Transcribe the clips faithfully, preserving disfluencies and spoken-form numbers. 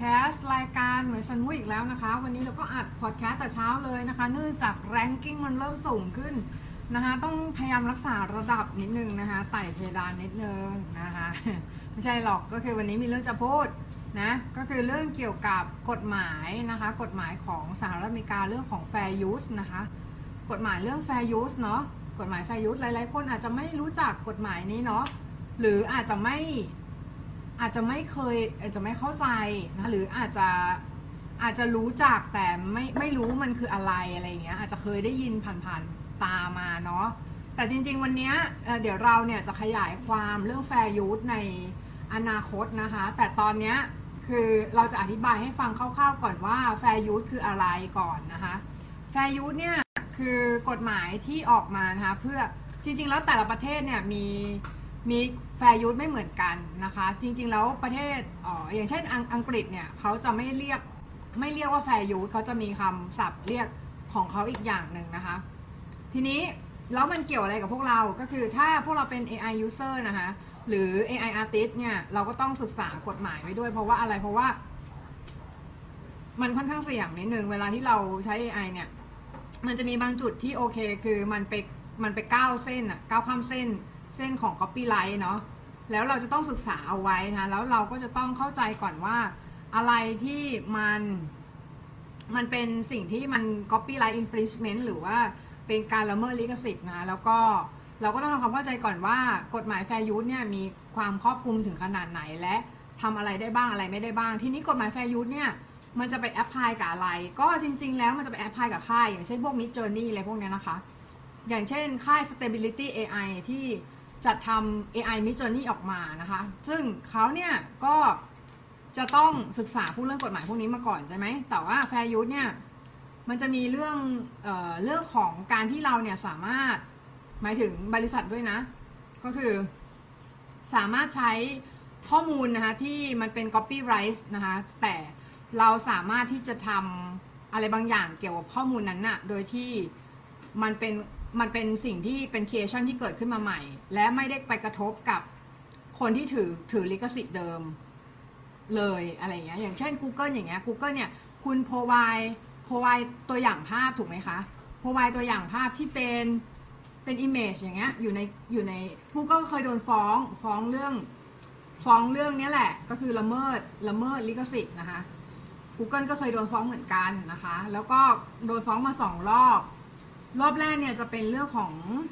คสต์รายการเหมือนซันวุ้ยอีกแล้วนะคะวันนี้เราก็อัดพอดแคสต์แต่เช้าเลยนะคะเนื่องจากแรงกิ้งมันเริ่มสูงขึ้นนะคะต้องพยายามรักษาระดับนิดนึงนะคะไต่เพดานนิดนึงนะคะไม่ใช่หรอกก็คือวันนี้มีเรื่องจะพูดนะก็คือเรื่องเกี่ยวกับกฎหมายนะคะกฎหมายของสหรัฐอเมริกาเรื่องของ Fair Use นะคะกฎหมายเรื่อง Fair Use เนาะกฎหมาย Fair Use หลายๆคนอาจจะไม่รู้จักกฎหมายนี้เนาะหรืออาจจะไม่อาจจะไม่เคยอาจจะไม่เข้าใจนะหรืออาจจะอาจจะรู้จักแต่ไม่ไม่รู้มันคืออะไรอะไรเงี้ยอาจจะเคยได้ยินผ่านๆตามาเนาะแต่จริงๆวันนี้เดี๋ยวเราเนี่ยจะขยายความเรื่อง Fair Use ในอนาคตนะคะแต่ตอนนี้คือเราจะอธิบายให้ฟังคร่าวๆก่อนว่า Fair Use คืออะไรก่อนนะคะ Fair Use เนี่ยคือกฎหมายที่ออกมานะคะเพื่อจริงๆแล้วแต่ละประเทศเนี่ยมีมี Fair Use ไม่เหมือนกันนะคะจริงๆแล้วประเทศอ๋ออย่างเช่นอังอังกฤษเนี่ยเขาจะไม่เรียกไม่เรียกว่า Fair Use เขาจะมีคำศัพท์เรียกของเขาอีกอย่างหนึ่งนะคะทีนี้แล้วมันเกี่ยวอะไรกับพวกเราก็คือถ้าพวกเราเป็น เอ ไอ User นะคะหรือ เอ ไอ Artist เนี่ยเราก็ต้องศึกษากฎหมายไว้ด้วยเพราะว่าอะไรเพราะว่ามันค่อนข้างเสี่ยงนิดนึงเวลาที่เราใช้ เอ ไอ เนี่ยมันจะมีบางจุดที่โอเคคือมันไปมันไปก้าวเส้นอะก้าวข้ามเส้นเส้นของ copyright เนาะแล้วเราจะต้องศึกษาเอาไว้นะแล้วเราก็จะต้องเข้าใจก่อนว่าอะไรที่มันมันเป็นสิ่งที่มัน copyright infringement หรือว่าเป็นการละเมิดลิขสิทธิ์นะแล้วก็เราก็ต้องทำความเข้าใจก่อนว่ากฎหมาย Fair Use เนี่ยมีความครอบคลุมถึงขนาดไหนและทำอะไรได้บ้างอะไรไม่ได้บ้างทีนี้กฎหมาย Fair Use เนี่ยมันจะไปแอพพลายกับอะไรก็จริงๆแล้วมันจะไปแอพพลายกับค่ายอย่างเช่นพวก Midjourney อะไรพวกนี้นะคะอย่างเช่นค่าย Stability เอ ไอ ที่จัดทำ เอ ไอ Midjourney ออกมานะคะซึ่งเขาเนี่ยก็จะต้องศึกษาพวกเรื่องกฎหมายพวกนี้มาก่อนใช่ไหมแต่ว่า Fair Use เนี่ยมันจะมีเรื่องเอ่อเรื่องของการที่เราเนี่ยสามารถหมายถึงบริษัทด้วยนะก็คือสามารถใช้ข้อมูลนะคะที่มันเป็น copyright นะคะแต่เราสามารถที่จะทำอะไรบางอย่างเกี่ยวกับข้อมูลนั้นน่ะโดยที่มันเป็นมันเป็นสิ่งที่เป็น creation ที่เกิดขึ้นมาใหม่และไม่ได้ไปกระทบกับคนที่ถือถือลิขสิทธิ์เดิมเลยอะไรอย่างเงี้ยอย่างเช่น Google อย่างเงี้ย Google เนี่ยคุณ provide provide ตัวอย่างภาพถูกไหมคะ provide ตัวอย่างภาพที่เป็นเป็น image อย่างเงี้ยอยู่ในอยู่ใน Google เคยโดนฟ้องฟ้องเรื่องฟ้องเรื่องนี้แหละก็คือละเมิดละเมิดลิขสิทธิ์นะคะ Google ก็เคยโดนฟ้องเหมือนกันนะคะแล้วก็โดนฟ้องมาสองรอบรอบแรกเนี่ยจะเป็นเรื่องของ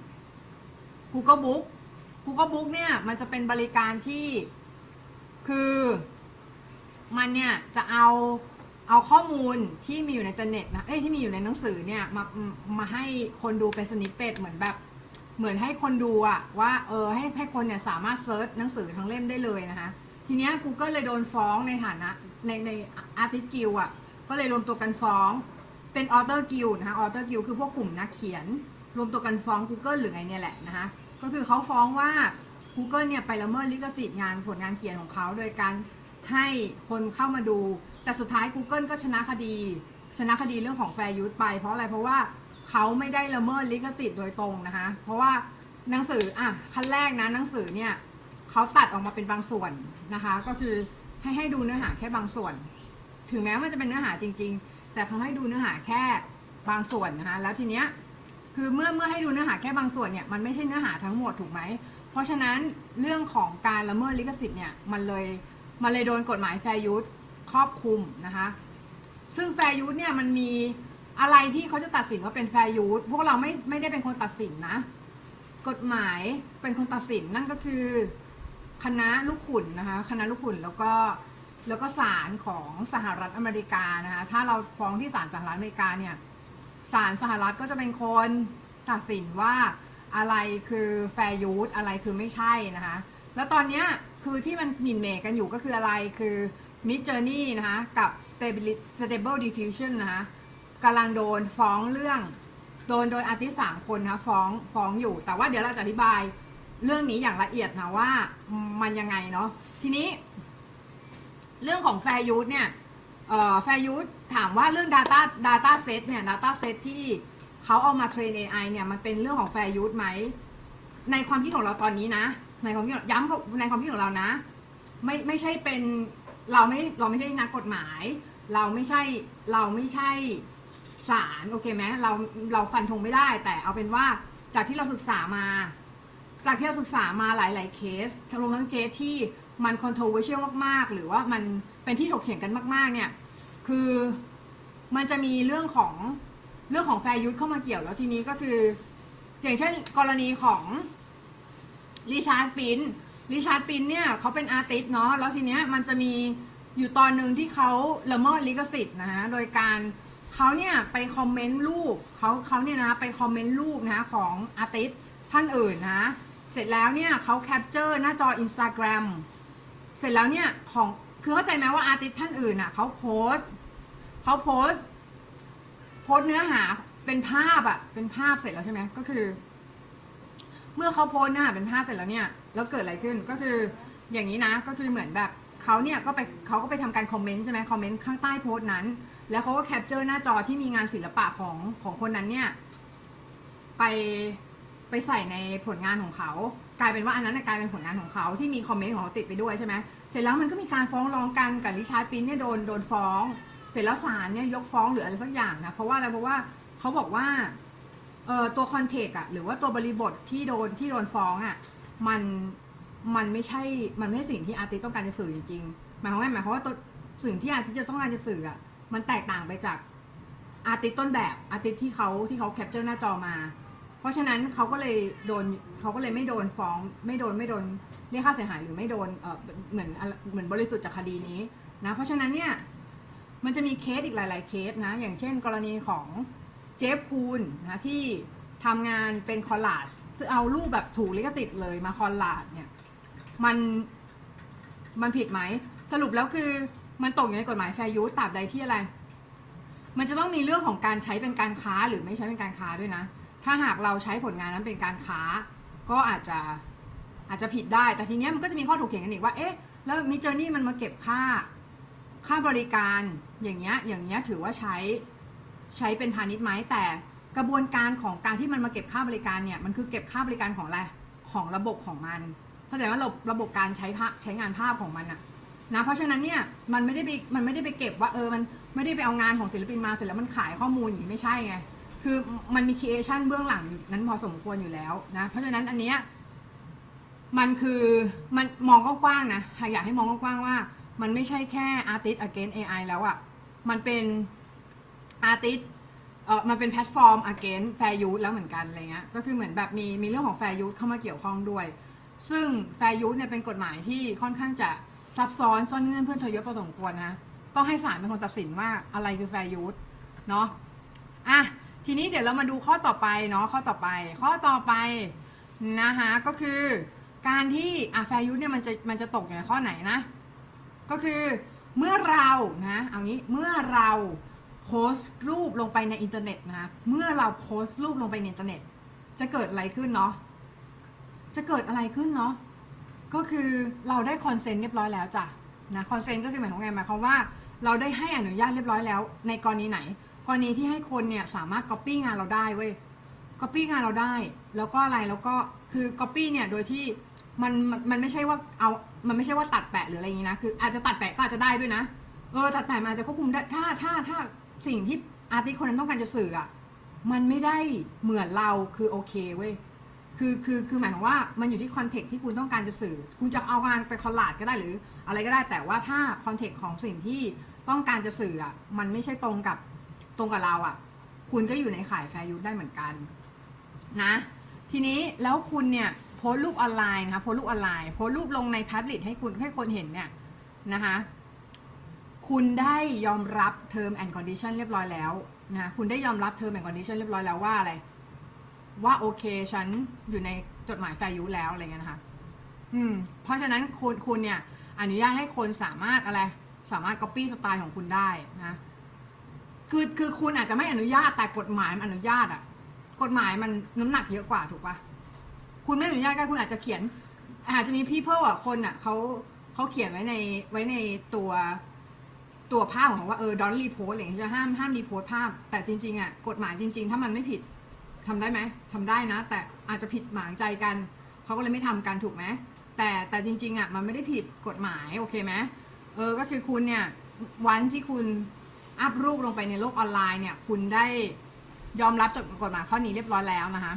Google Book Google Book เนี่ยมันจะเป็นบริการที่คือมันเนี่ยจะเอาเอาข้อมูลที่มีอยู่ในอินเทอร์เน็ตนะเอ้ยที่มีอยู่ในหนังสือเนี่ยมามาให้คนดูเป็นสนิปเป็ดเหมือนแบบเหมือนให้คนดูอะว่าเออให้ให้คนเนี่ยสามารถเซิร์ชหนังสือทั้งเล่มได้เลยนะคะทีเนี้ย Google เลยโดนฟ้องในฐานะในใน Artist Guild อะก็เลยรวมตัวกันฟ้องเป็น Author Guild นะคะ Author Guild คือพวกกลุ่มนักเขียนรวมตัวกันฟ้อง Google หรือไงเนี่ยแหละนะคะก็คือเขาฟ้องว่า Google เนี่ยไปละเมิดลิขสิทธิ์งานผลงานเขียนของเขาโดยการให้คนเข้ามาดูแต่สุดท้าย Google ก็ชนะคดีชนะคดีเรื่องของ Fair Use ไปเพราะอะไรเพราะว่าเขาไม่ได้ละเมิดลิขสิทธิ์โดยตรงนะคะเพราะว่าหนังสืออ่ะขั้นแรกนะหนังสือเนี่ยเขาตัดออกมาเป็นบางส่วนนะคะก็คือให้ให้ดูเนื้อหาแค่บางส่วนถึงแม้มันจะเป็นเนื้อหาจริงๆแต่เขาให้ดูเนื้อหาแค่บางส่วนนะคะแล้วทีเนี้ยคือเมื่อเมื่อให้ดูเนื้อหาแค่บางส่วนเนี่ยมันไม่ใช่เนื้อหาทั้งหมดถูกไหมเพราะฉะนั้นเรื่องของการละเมิดลิขสิทธิ์เนี่ยมันเลยมันเลยโดนกฎหมาย Fair Use ครอบคลุมนะคะซึ่ง Fair Use เนี่ยมันมีอะไรที่เขาจะตัดสินว่าเป็น Fair Use พวกเราไม่ไม่ได้เป็นคนตัดสินนะกฎหมายเป็นคนตัดสินนั่นก็คือคณะลูกขุนนะคะคณะลูกขุนแล้วก็แล้วก็ศาลของสหรัฐอเมริกานะคะถ้าเราฟ้องที่ศาลสหรัฐอเมริกาเนี่ยศาลสหรัฐก็จะเป็นคนตัดสินว่าอะไรคือ Fair Use อะไรคือไม่ใช่นะคะแล้วตอนนี้คือที่มันหมิ่นเหม่กันอยู่ก็คืออะไรคือ Midjourney นะคะกับ Stable Diffusion นะคะกำลังโดนฟ้องเรื่องโดนโดยอาร์ติสต์สามคนนะฟ้องฟ้องอยู่แต่ว่าเดี๋ยวเราจะอธิบายเรื่องนี้อย่างละเอียดนะว่ามันยังไงเนาะทีนี้เรื่องของ Fair Use เนี่ยเอ่อ Fair Use ถามว่าเรื่อง data data set เนี่ย data set ที่เขาเอามาเทรน เอ ไอ เนี่ยมันเป็นเรื่องของ Fair Use ไหมในความคิดของเราตอนนี้นะในความคิดย้ำในความคิดของเรานะไม่ไม่ใช่เป็นเราไม่เราไม่ใช่นักกฎหมาย เราไม่ใช่เราไม่ใช่ศาลโอเคไหมเราเราฟันธงไม่ได้แต่เอาเป็นว่าจากที่เราศึกษามาจากที่เราศึกษามาหลายๆเคสรวมทั้งเคสที่มัน controversial มากๆหรือว่ามันเป็นที่ถกเถียงกันมากๆเนี่ยคือมันจะมีเรื่องของเรื่องของแฟร์ยูสเข้ามาเกี่ยวแล้วทีนี้ก็คืออย่างเช่นกรณีของริชาร์ดปินริชาร์ดปินเนี่ยเขาเป็นอาร์ติสต์เนาะแล้วทีเนี้ยมันจะมีอยู่ตอนหนึ่งที่เขาละเมิดลิขสิทธิ์นะฮะโดยการเขาเนี่ยไปคอมเมนต์รูปเขาเขาเนี่ยนะไปคอมเมนต์รูปนะของอาร์ติสต์ท่านอื่นนะเสร็จแล้วเนี่ยเขาแคปเจอร์หน้าจอ Instagram เสร็จแล้วเนี่ยของคือเข้าใจไหมว่าอาร์ติสต์ท่านอื่นน่ะเขาโพสเขาโพสโพสเนื้อหาเป็นภาพอะเป็นภาพเสร็จแล้วใช่ไหมก็คือเมื่อเขาโพสเนื้อหาเป็นภาพเสร็จแล้วเนี่ยแล้วเกิดอะไรขึ้นก็คืออย่างนี้นะก็คือเหมือนแบบเขาเนี่ยก็ไปเขาก็ไปทำการคอมเมนต์ใช่ไหมคอมเมนต์ข้างใต้โพสต์นั้นแล้วเขาก็แคปเจอร์หน้าจอที่มีงานศิลปะของของคนนั้นเนี่ยไปไปใส่ในผลงานของเขากลายเป็นว่าอันนั้นกลายเป็นผลงานของเขาที่มีคอมเมนต์ของเขาติดไปด้วยใช่ไหมเสร็จแล้วมันก็มีการฟ้องร้องกันกับริชาร์ดปินเนี่ยโดนโดนฟ้องเสร็จแล้วศาลเนี่ยยกฟ้องหรืออะไรสักอย่างนะเพราะว่าอะไรเพราะว่าเขาบอกว่าเอ่อตัวคอนเทกต์อะหรือว่าตัวบริบทที่โดนที่โดนฟ้องอะมันมันไม่ใช่มันไม่ใช่สิ่งที่อาร์ติสต์ต้องการจะสื่อจริงๆหมายความว่าหมายความว่าตัวสิ่งที่อาร์ติสต์จะต้องการจะสื่ออะมันแตกต่างไปจากอาร์ติสต์ต้นแบบอาร์ติสต์ที่เขาที่เขาแคปเจอร์หน้าจอมาเพราะฉะนั้นเขาก็เลยโดนเขาก็เลยไม่โดนฟ้องไม่โดนไม่โดนเรียกค่าเสียหายหรือไม่โดนเออเหมือนเหมือนบริสุทธิ์จากคดีนี้นะเพราะฉะนั้นเนี่ยมันจะมีเคสอีกหลายๆเคสนะอย่างเช่นกรณีของเจฟคูนนะที่ทำงานเป็นคอลลาจคือเอารูปแบบถูกลิขสิทธิ์เลยมาคอลลาจเนี่ยมันมันผิดไหมสรุปแล้วคือมันตกอยู่ในกฎหมายแฟร์ยูสตราบใดที่อะไรมันจะต้องมีเรื่องของการใช้เป็นการค้าหรือไม่ใช้เป็นการค้าด้วยนะถ้าหากเราใช้ผลงานนั้นเป็นการค้าก็อาจจะอาจจะผิดได้แต่ทีเนี้ยมันก็จะมีข้อถกเถียงกันอีกว่าเอ๊ะแล้วมิจเจอร์นี่มันมาเก็บค่าค่าบริการอย่างเงี้ยอย่างเงี้ยถือว่าใช้ใช้เป็นพาณิชย์ไหมแต่กระบวนการของการที่มันมาเก็บค่าบริการเนี่ยมันคือเก็บค่าบริการของอะไรของระบบของมันเข้าใจว่าระบบระบบการใช้ภาพใช้งานภาพของมันอะนะเพราะฉะนั้นเนี่ยมันไม่ได้ไปมันไม่ได้ไปเก็บว่าเออมันไม่ได้ไปเอางานของศิลปินมาเสร็จแล้วมันขายข้อมูลอย่างนี้ไม่ใช่ไงคือมันมีครีเอชันเบื้องหลังนั้นพอสมควรอยู่แล้วนะเพราะฉะนั้นอันเนี้ยมันคือมันมองกว้างๆนะอยากให้มองกว้างๆว่ามันไม่ใช่แค่ artist against เอ ไอ แล้วอะมันเป็น artist เออมันเป็นแพลตฟอร์ม against fair use แล้วเหมือนกันอะไรเงี้ยก็คือเหมือนแบบมีมีเรื่องของ fair use เข้ามาเกี่ยวข้องด้วยซึ่ง fair use เนี่ยเป็นกฎหมายที่ค่อนข้างจะซับซ้อนซ่อนเงื่อนเพื่อนทยศพอสมควรนะต้องให้ศาลเป็นคนตัดสินว่าอะไรคือ fair use เนาะอ่ะทีนี้เดี๋ยวเรามาดูข้อต่อไปเนาะข้อต่อไปข้อต่อไปนะคะก็คือการที่อ่ะ fair use เนี่ยมันจะมันจะตกอยู่ในข้อไหนนะก็คือเมื่อเรานะเอางี้เมื่อเราโพสต์รูปลงไปในอินเทอร์เน็ตนะคะเมื่อเราโพสต์รูปลงไปในอินเทอร์เน็ตจะเกิดอะไรขึ้นเนาะจะเกิดอะไรขึ้นเนาะก็คือเราได้คอนเซนต์เรียบร้อยแล้วจ้ะนะคอนเซนต์ก็คือหมายความไงหมายความว่าเราได้ให้อนุญาตเรียบร้อยแล้วในกรณีไหนกรณีที่ให้คนเนี่ยสามารถ copy งานเราได้เว้ย copy งานเราได้แล้วก็อะไรแล้วก็คือ copy เนี่ยโดยที่มันมันไม่ใช่ว่าเอามันไม่ใช่ว่าตัดแปะหรืออะไรอย่างนี้นะคืออาจจะตัดแปะก็อาจจะได้ด้วยนะเออตัดแปะมันอาจจะควบคุมได้ถ้าถ้าถ้าสิ่งที่อาร์ติสต์คนนั้นต้องการจะสื่ออ่ะมันไม่ได้เหมือนเราคือโอเคเว้ยคือคือคือหมายความว่ามันอยู่ที่คอนเทกต์ที่คุณต้องการจะสื่อคุณจะเอางานไปคอลลาจก็ได้หรืออะไรก็ได้แต่ว่าถ้าคอนเทกต์ของสิ่งที่ต้องการจะสื่ออ่ะมันไม่ใช่ตรงกับตรงกับเราอ่ะคุณก็อยู่ในข่ายแฟร์ยูสได้เหมือนกันนะทีนี้แล้วคุณเนี่ยโพสต์รูปออนไลน์นะคะโพสต์รูปออนไลน์โพสต์รูปลงในแพลตให้คุณให้คนเห็นเนี่ยนะคะคุณได้ยอมรับ term and condition เรียบร้อยแล้วนะคุณได้ยอมรับ term and condition เรียบร้อยแล้วว่าอะไรว่าโอเคฉันอยู่ในจดหมายแฟร์ยูสแล้วอะไรเงี้ยนะคะอืมเพราะฉะนั้นคุณคุณเนี่ยอนุญาตให้คนสามารถอะไรสามารถ copy สไตล์ของคุณได้นะคือคือคุณอาจจะไม่อนุญาตแต่กฎหมายมันอนุญาตอ่ะกฎหมายมันน้ำหนักเยอะกว่าถูกปะคุณไม่อนุญาตก็คุณอาจจะเขียนอาจจะมี people อ่ะคนอ่ะเขาเขาเขียนไว้ในไว้ในตัวตัวภาพของเขาว่าเออ don't repost อะไรอย่างเงี้ยจะห้ามห้าม repost ภาพแต่จริงๆอ่ะกฎหมายจริงๆถ้ามันไม่ผิดทำได้ไหมทำได้นะแต่อาจจะผิดหมางใจกันเขาก็เลยไม่ทำกันถูกไหมแต่แต่จริงๆอ่ะมันไม่ได้ผิดกฎหมายโอเคไหมเออก็คือคุณเนี่ยวันที่คุณอัพรูปลงไปในโลกออนไลน์เนี่ยคุณได้ยอมรับจากกฎหมายข้อนี้เรียบร้อยแล้วนะคะ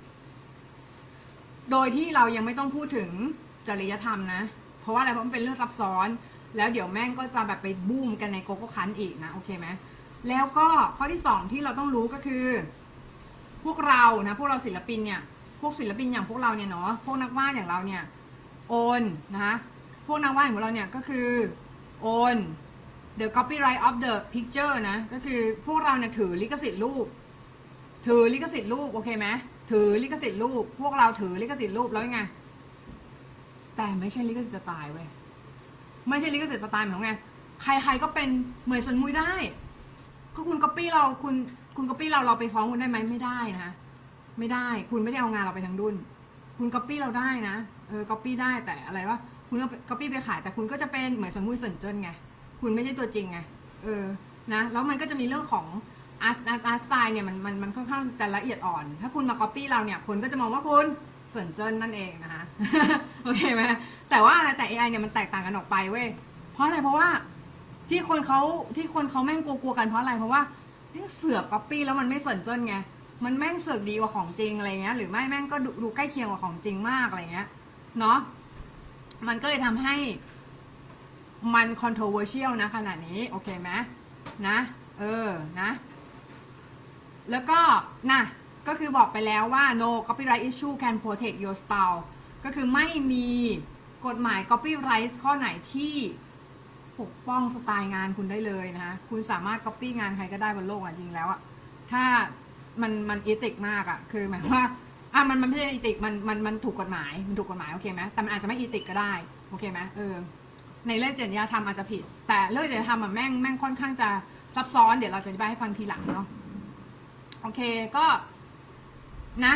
โดยที่เรายังไม่ต้องพูดถึงจริยธรรมนะเพราะว่าอะไรเพราะมันเป็นเรื่องซับซ้อนแล้วเดี๋ยวแม่งก็จะแบบไปบูมกันในโกโก้คันอีกนะโอเคไหมแล้วก็ข้อที่สองที่เราต้องรู้ก็คือพวกเรานะพวกเราศิลปินเนี่ยพวกศิลปินอย่างพวกเราเนี่ยเนาะพวกนักวาดอย่างเราเนี่ยโอนนะคะพวกนักวาดของเราเนี่ยก็คือโอน the copyright of the picture นะก็คือพวกเราเนี่ยถือลิขสิทธิ์รูปถือลิขสิทธิ์รูปโอเคไหมถือลิขสิทธิ์รูปพวกเราถือลิขสิทธิ์รูปแล้วยังไงแต่ไม่ใช่ลิขสิทธิ์สไตล์เว้ยไม่ใช่ลิขสิทธิ์สไตล์เหมือนไงใครๆก็เป็นเหมือนสันมุยได้ก็คุณก๊อปปี้เราคุณคุณก๊อปปี้เราเราไปฟ้องคุณได้ไหมไม่ได้นะไม่ได้คุณไม่ได้เอางานเราไปทั้งดุนคุณก๊อปปี้เราได้นะเออก๊อปปี้ได้แต่อะไรวะคุณก็ก๊อปปี้ไปขายแต่คุณก็จะเป็นเหมือนสันมุยเซินเจิ้นไงคุณไม่ใช่ตัวจริงไงเออนะแล้วมันก็จะมีเรื่องของอาร์ตอาร์ตสไตล์เนี่ยมันมันมันค่อนข้างจะละเอียดอ่อนถ้าคุณมาก๊อปปี้เราเนี่ยคนก็จะมองว่าคุณเซินเจิ้นนั่นเองนะคะ โอเคไหมแต่ว่าอะไรแต่ เอ ไอ เนี่ยมันแตกต่างกันออกไปเว้ยเพราะอะไรเพราะว่าที่คนเขาที่คนเขาแม่งกลัวๆกันเพราะอะไรเพราะว่าแม่งเสือกก๊อปปี้แล้วมันไม่เซินเจิ้นไงมันแม่งเสือกดีกว่าของจริงอะไรเงี้ยหรือไม่แม่งก็ดูดูใกล้เคียงกว่าของจริงมากอะไรเงี้ยเนาะมันก็เลยทำให้มัน controversial นะขนาดนี้โอเคไหมนะเออนะแล้วก็นะก็คือบอกไปแล้วว่า no copyright issue can protect your style ก็คือไม่มีกฎหมาย copyright ข้อไหนที่ปกป้องสไตล์งานคุณได้เลยนะคะคุณสามารถ copy งานใครก็ได้บนโลกอ่ะจริงแล้วอ่ะถ้ามันมันอีติกมากอ่ะคือหมายว่าอ่ะมันมันไม่ใช่อีติกมันมันมันถูกกฎหมายมันถูกกฎหมายโอเคไหมแต่มันอาจจะไม่อีติกก็ได้โอเคไหมเออในเรื่องจริยธรรมอาจจะผิดแต่เรื่องจริยธรรมอ่ะแม่งแม่งค่อนข้างจะซับซ้อนเดี๋ยวเราจะอธิบายให้ฟังทีหลังเนาะโอเคก็นะ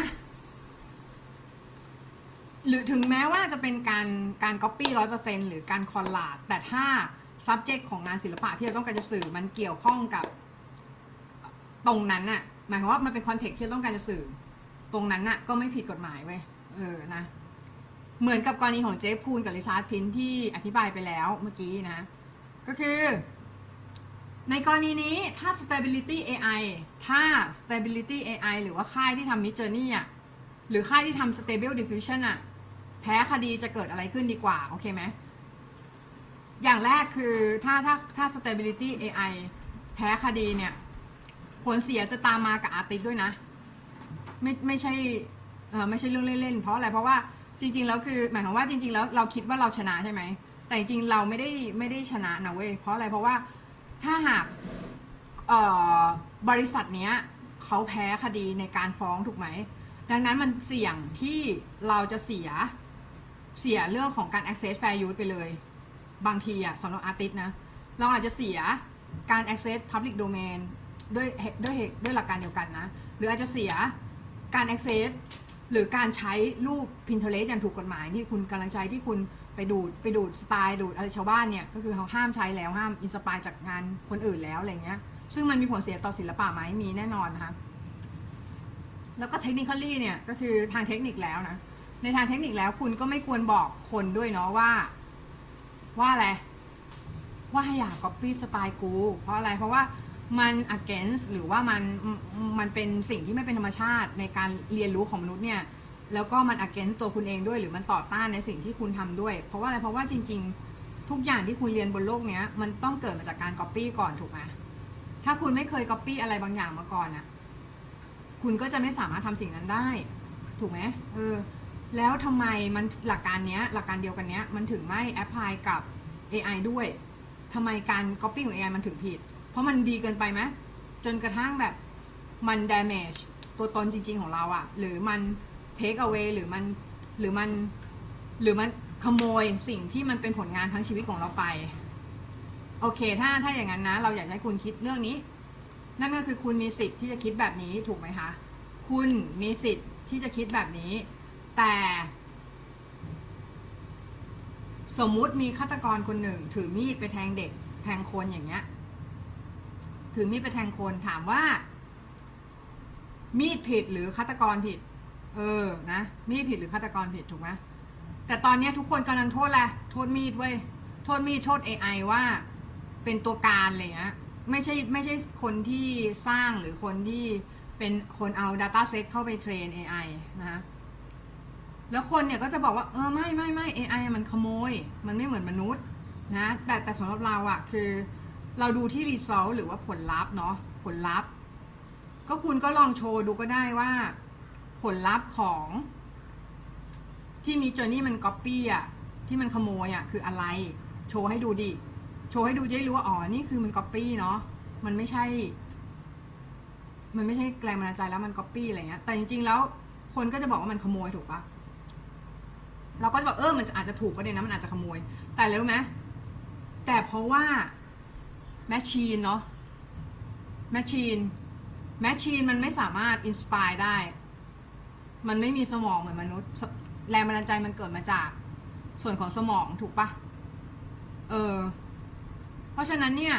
หรือถึงแม้ว่าจะเป็นการการ copy ร้อยเปอร์เซ็นต์หรือการ collage แต่ถ้า subject ของงานศิลปะที่เราต้องการจะสื่อมันเกี่ยวข้องกับตรงนั้นน่ะหมายความว่ามันเป็น context ที่เราต้องการจะสื่อตรงนั้นน่ะก็ไม่ผิดกฎหมายเว้ยเออนะเหมือนกับกรณีของเจฟพูนกับริชาร์ดพินที่อธิบายไปแล้วเมื่อกี้นะก็คือในกรณีนี้ถ้า stability เอ ไอ ถ้า stability เอ ไอ หรือว่าค่ายที่ทำ Midjourney อ่ะหรือค่ายที่ทำ stable diffusion อ่ะแพ้คดีจะเกิดอะไรขึ้นดีกว่าโอเคไหมอย่างแรกคือถ้าถ้าถ้า stability เอ ไอ แพ้คดีเนี่ยผลเสียจะตามมากับอาร์ติสด้วยนะไม่ไม่ใช่เออไม่ใช่เรื่องเล่นๆเพราะอะไรเพราะว่าจริงๆแล้วคือหมายความว่าจริงๆแล้วเราคิดว่าเราชนะใช่ไหมแต่จริงๆเราไม่ได้ไม่ได้ชนะนะเว้ยเพราะอะไรเพราะว่าถ้าหากบริษัทเนี้ยเขาแพ้คดีในการฟ้องถูกไหมดังนั้นมันเสี่ยงที่เราจะเสียเสียเรื่องของการ access fair use ไปเลยบางทีอะสำหรับอาร์ติสนะเราอาจจะเสียการ access public domain ด้วยด้วยด้วยหลักการเดียวกันนะหรืออาจจะเสียการ access หรือการใช้รูป Pinterest อย่างถูกกฎหมายที่คุณกำลังใช้ที่คุณไปดูดไปดูดสไตล์ดูดอะไรชาวบ้านเนี่ยก็คือเขาห้ามใช้แล้วห้ามอินสปายจากงานคนอื่นแล้วอะไรเงี้ยซึ่งมันมีผลเสียต่อศิลปะไหมมีแน่นอนนะคะแล้วก็เทคนิคอลี่เนี่ยก็คือทางเทคนิคแล้วนะในทางเทคนิคแล้วคุณก็ไม่ควรบอกคนด้วยเนาะว่าว่าอะไรว่าให้อยาก copy สไตล์กูเพราะอะไรเพราะว่ามัน against หรือว่ามันมันเป็นสิ่งที่ไม่เป็นธรรมชาติในการเรียนรู้ของมนุษย์เนี่ยแล้วก็มัน against ตัวคุณเองด้วยหรือมันต่อต้านในสิ่งที่คุณทำด้วยเพราะว่าอะไรเพราะว่าจริงๆทุกอย่างที่คุณเรียนบนโลกเนี้ยมันต้องเกิดมาจากการ copy ก่อนถูกไหมถ้าคุณไม่เคย copy อะไรบางอย่างมาก่อนอะคุณก็จะไม่สามารถทำสิ่งนั้นได้ถูกไหมเออแล้วทำไมมันหลักการเนี้ยหลักการเดียวกันเนี้ยมันถึงไม่แอพพลายกับ เอ ไอ ด้วยทำไมการ copy ของ เอ ไอ มันถึงผิดเพราะมันดีเกินไปไหมจนกระทั่งแบบมัน damage ตัวตนจริงๆของเราอะหรือมัน take away หรือมันหรือมันหรือมันขโมยสิ่งที่มันเป็นผลงานทั้งชีวิตของเราไปโอเคถ้าถ้าอย่างนั้นนะเราอยากให้คุณคิดเรื่องนี้นั่นก็คือคุณมีสิทธิ์ที่จะคิดแบบนี้ถูกไหมคะคุณมีสิทธิ์ที่จะคิดแบบนี้แต่สมมุติมีฆาตกรคนหนึ่งถือมีดไปแทงเด็กแทงคนอย่างเงี้ยถือมีดไปแทงคนถามว่ามีดผิดหรือฆาตกรผิดเออนะมีดผิดหรือฆาตกรผิดถูกไหมแต่ตอนนี้ทุกคนกำลังโทษแหละโทษมีดเว้ยโทษมีโทษ เอ ไอ ว่าเป็นตัวการอะไรเงี้ยไม่ใช่ไม่ใช่คนที่สร้างหรือคนที่เป็นคนเอา Data Set เข้าไปเทรน เอ ไอ นะแล้วคนเนี่ยก็จะบอกว่าเออไม่ไม่ไม่ เอ ไอ มันขโมยมันไม่เหมือนมนุษย์นะแต่แต่สำหรับเราอะคือเราดูที่ result หรือว่าผลลัพธ์เนาะผลลัพธ์ก็คุณก็ลองโชว์ดูก็ได้ว่าผลลัพธ์ของที่มี journey มัน copy อะที่มันขโมยอะคืออะไรโชว์ให้ดูดิโชว์ให้ดูจะได้รู้ว่าอ๋อนี่คือมัน copy เนาะมันไม่ใช่มันไม่ใช่แรงบันดาลใจแล้วมัน copy อะไรเงี้ยแต่จริงๆแล้วคนก็จะบอกว่ามันขโมยถูกปะเราก็จะบอกเออมันอาจจะถูกประเด็นนะมันอาจจะขโมยแต่รู้ไหมแต่เพราะว่าแมชชีนเนาะแมชชีนแมชชีนมันไม่สามารถอินสปายได้มันไม่มีสมองเหมือนมนุษย์แรงบันดาลใจมันเกิดมาจากส่วนของสมองถูกปะเออเพราะฉะนั้นเนี่ย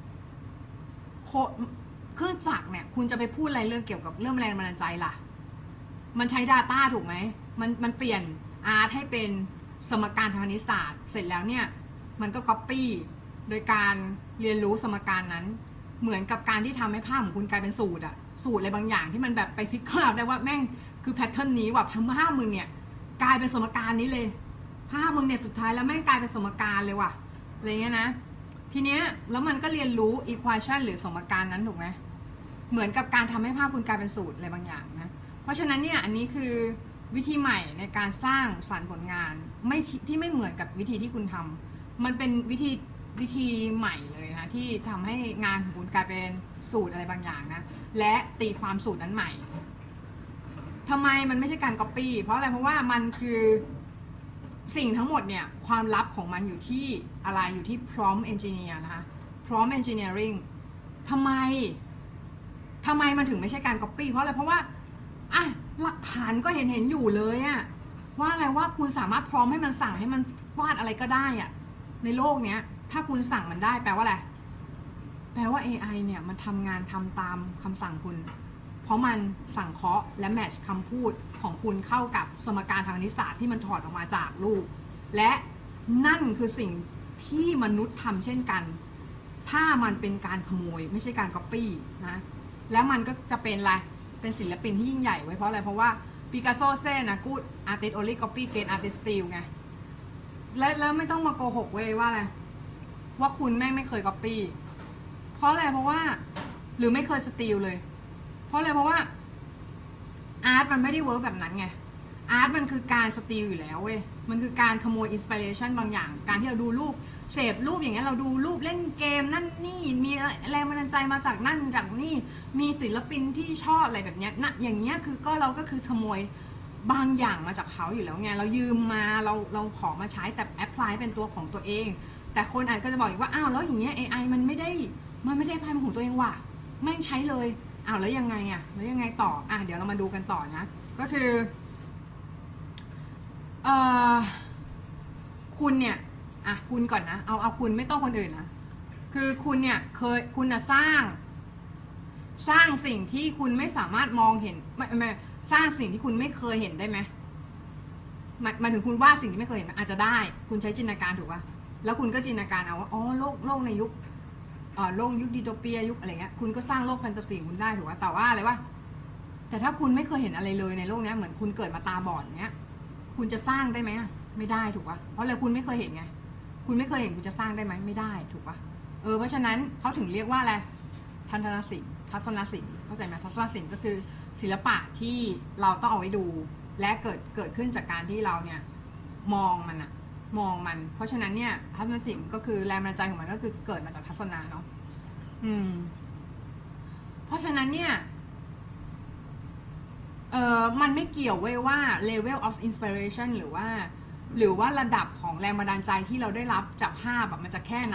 เครื่องจักรเนี่ยคุณจะไปพูดอะไรเรื่องเกี่ยวกับเรื่องแรงบันดาลใจล่ะมันใช้ Data ถูกไหมมันมันเปลี่ยนอาร์ตให้เป็นสมการทางคณิตศาสตร์เสร็จแล้วเนี่ยมันก็ Copy โดยการเรียนรู้สมการนั้นเหมือนกับการที่ทำให้ภาพของคุณกลายเป็นสูตรอะสูตรอะไรบางอย่างที่มันแบบไปฟิกเกอร์ได้ว่าแม่งคือแพทเทิร์นนี้ว่ะภาพมึงเนี่ยกลายเป็นสมการนี้เลยภาพมึงเนี่ยสุดท้ายแล้วแม่งกลายเป็นสมการเลยว่ะอะไรเงี้ยนะทีเนี้ยแล้วมันก็เรียนรู้ equation หรือสมการนั้นถูกไหมเหมือนกับการทำให้ภาพคุณกลายเป็นสูตรอะไรบางอย่างนะเพราะฉะนั้นเนี่ยอันนี้คือวิธีใหม่ในการสร้างสรรค์ผลงานไม่ที่ไม่เหมือนกับวิธีที่คุณทำมันเป็นวิธีวิธีใหม่เลยนะที่ทำให้งานของคุณกลายเป็นสูตรอะไรบางอย่างนะและตีความสูตรนั้นใหม่ทำไมมันไม่ใช่การ copy เพราะอะไรเพราะว่ามันคือสิ่งทั้งหมดเนี่ยความลับของมันอยู่ที่อะไรอยู่ที่ prompt engineer นะคะ prompt engineering ทำไมทำไมมันถึงไม่ใช่การ copy เพราะอะไรเพราะว่าอ่ะหลักฐานก็เห็นเห็นอยู่เลยอะว่าอะไรว่าคุณสามารถพร้อมให้มันสั่งให้มันวาดอะไรก็ได้อะในโลกเนี้ยถ้าคุณสั่งมันได้แปลว่าอะไรแปลว่า เอ ไอ เนี่ยมันทำงานทำตามคำสั่งคุณเพราะมันสั่งเคาะและแมทช์คำพูดของคุณเข้ากับสมการทางคณิตศาสตร์ที่มันถอดออกมาจากรูปและนั่นคือสิ่งที่มนุษย์ทำเช่นกันถ้ามันเป็นการขโมยไม่ใช่การ copy นะแล้วมันก็จะเป็นอะไรเป็นศิลปินที่ยิ่งใหญ่ไว้เพราะอะไรเพราะว่าปิกัสโซเซ่นะกูดอาร์ติสต์โอลี่ก๊อปปี้เกนอาร์ติสต์สตีลไงและแล้วไม่ต้องมาโกหกเว้ยว่าอะไรว่าคุณแม่งไม่เคยก๊อปปี้เพราะอะไรเพราะว่าหรือไม่เคยสตีลเลยเพราะอะไรเพราะว่าอาร์ตมันไม่ได้เวิร์กแบบนั้นไงอาร์ตมันคือการสตีลอยู่แล้วเว้ยมันคือการขโมยอินสปิเรชันบางอย่างการที่เราดูรูปเสพรูปอย่างเงี้ยเราดูรูปเล่นเกมนั่นนี่มีแรงบันดาลใจมาจากนั่นจากนี่มีศิลปินที่ชอบอะไรแบบเนี้ยนะอย่างเงี้ยคือก็เราก็คือขโมยบางอย่างมาจากเขาอยู่แล้วไงเรายืมมาเราเราขอมาใช้แต่แอพพลายเป็นตัวของตัวเองแต่คนอาจก็จะบอกอีกว่าอ้าวแล้วอย่างเงี้ย เอ ไอ มันไม่ได้มันไม่ได้พายเป็นของตัวเองว่ะแม่งใช้เลยอ้าวแล้วยังไงอ่ะแล้วยังไงต่ออ่ะเดี๋ยวเรามาดูกันต่อนะก็คือเอ่อคุณเนี่ยอ่ะคุณก่อนนะเอาเอาคุณไม่ต้องคนอื่นนะคือคุณเนี่ยเคยคุณนะสร้างสร้างสิ่งที่คุณไม่สามารถมองเห็นไม่ไม่สร้างสิ่งที่คุณไม่เคยเห็นได้ไหมหมายหมายถึงคุณวาดสิ่งที่ไม่เคยเห็นอาจจะได้คุณใช้จินตนาการถูกป่ะแล้วคุณก็จินตนาการเอาว่าอ๋อโลกโลกในยุคเอ่อโลกยุคดิโทเปียยุคอะไรเงี้ยคุณก็สร้างโลกแฟนตาซีคุณได้ถูกป่ะแต่ว่าอะไรวะแต่ถ้าคุณไม่เคยเห็นอะไรเลยในโลกนี้เหมือนคุณเกิดมาตาบอดเงี้ยคุณจะสร้างได้ไหมไม่ได้ถูกป่ะเพราะอะไรคุณไม่เคยเห็นไงคุณไม่เคยเห็นคุณจะสร้างได้ไหมไม่ได้ถูกป่ะเออเพราะฉะนั้นเขาถึงเรียกว่าอะไรทัศนศิลป์ทัศนศิลป์เข้าใจไหมทัศนศิลป์ก็คือศิลปะที่เราต้องเอาไว้ดูและเกิดเกิดขึ้นจากการที่เราเนี่ยมองมันอะมองมันเพราะฉะนั้นเนี่ยทัศนศิลป์ก็คือแรงบันดาลใจของมันก็คือเกิดมาจากทัศนะเนาะอืมเพราะฉะนั้นเนี่ยเออมันไม่เกี่ยวเว้ยว่า level of inspiration หรือว่าหรือว่าระดับของแรงบันดาลใจที่เราได้รับจากภาพแบบมันจะแค่ไหน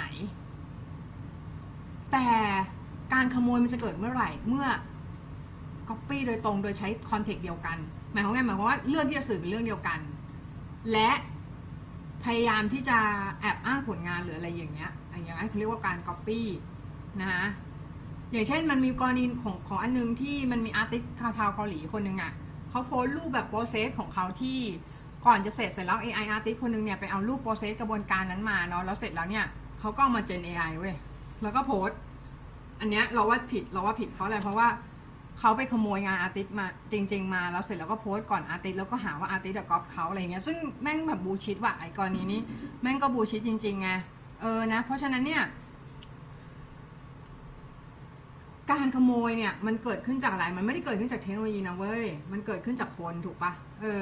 แต่การขโมยมันจะเกิดเมื่อไหร่เมื่อ copy โดยตรงโดยใช้ context เดียวกันหมายความไงหมายความว่าเรื่องที่จะสื่อเป็นเรื่องเดียวกันและพยายามที่จะแอบอ้างผลงานหรืออะไรอย่างเงี้ยอย่างนั้นเขาเรียกว่าการ copy นะอย่างเช่นมันมีกรณีของของอันนึงที่มันมีอาร์ติสต์ชาวเกาหลีคนหนึ่งอ่ะเขาโพสต์รูปแบบโปรเซสของเขาที่ก่อนจะเสร็จเสร็จแล้ว เอ ไอ artist คนนึงเนี่ยไปเอารูปโปรเซสกระบวนการนั้นมาเนาะแล้วเสร็จแล้วเนี่ยเขาก็เอามาเจน เอ ไอ เว้ยแล้วก็โพสต์อันเนี้ยเราว่าผิดเราว่าผิดเพราะอะไรเพราะว่าเขาไปขโมยงานอาร์ติสต์มาจริงๆมาแล้วเสร็จแล้วก็โพสต์ก่อนอาร์ติสต์แล้วก็หาว่าอาร์ติสต์ก๊อปเขาอะไรเงี้ยซึ่งแม่งแบบบูชิดว่ะไอ้กรณีนี้แม่งก็บูชิดจริงๆไงเออนะเพราะฉะนั้นเนี่ยการขโมยเนี่ยมันเกิดขึ้นจากอะไรมันไม่ได้เกิดขึ้นจากเทคโนโลยีนะเว้ยมันเกิดขึ้นจากคนถูกปะเออ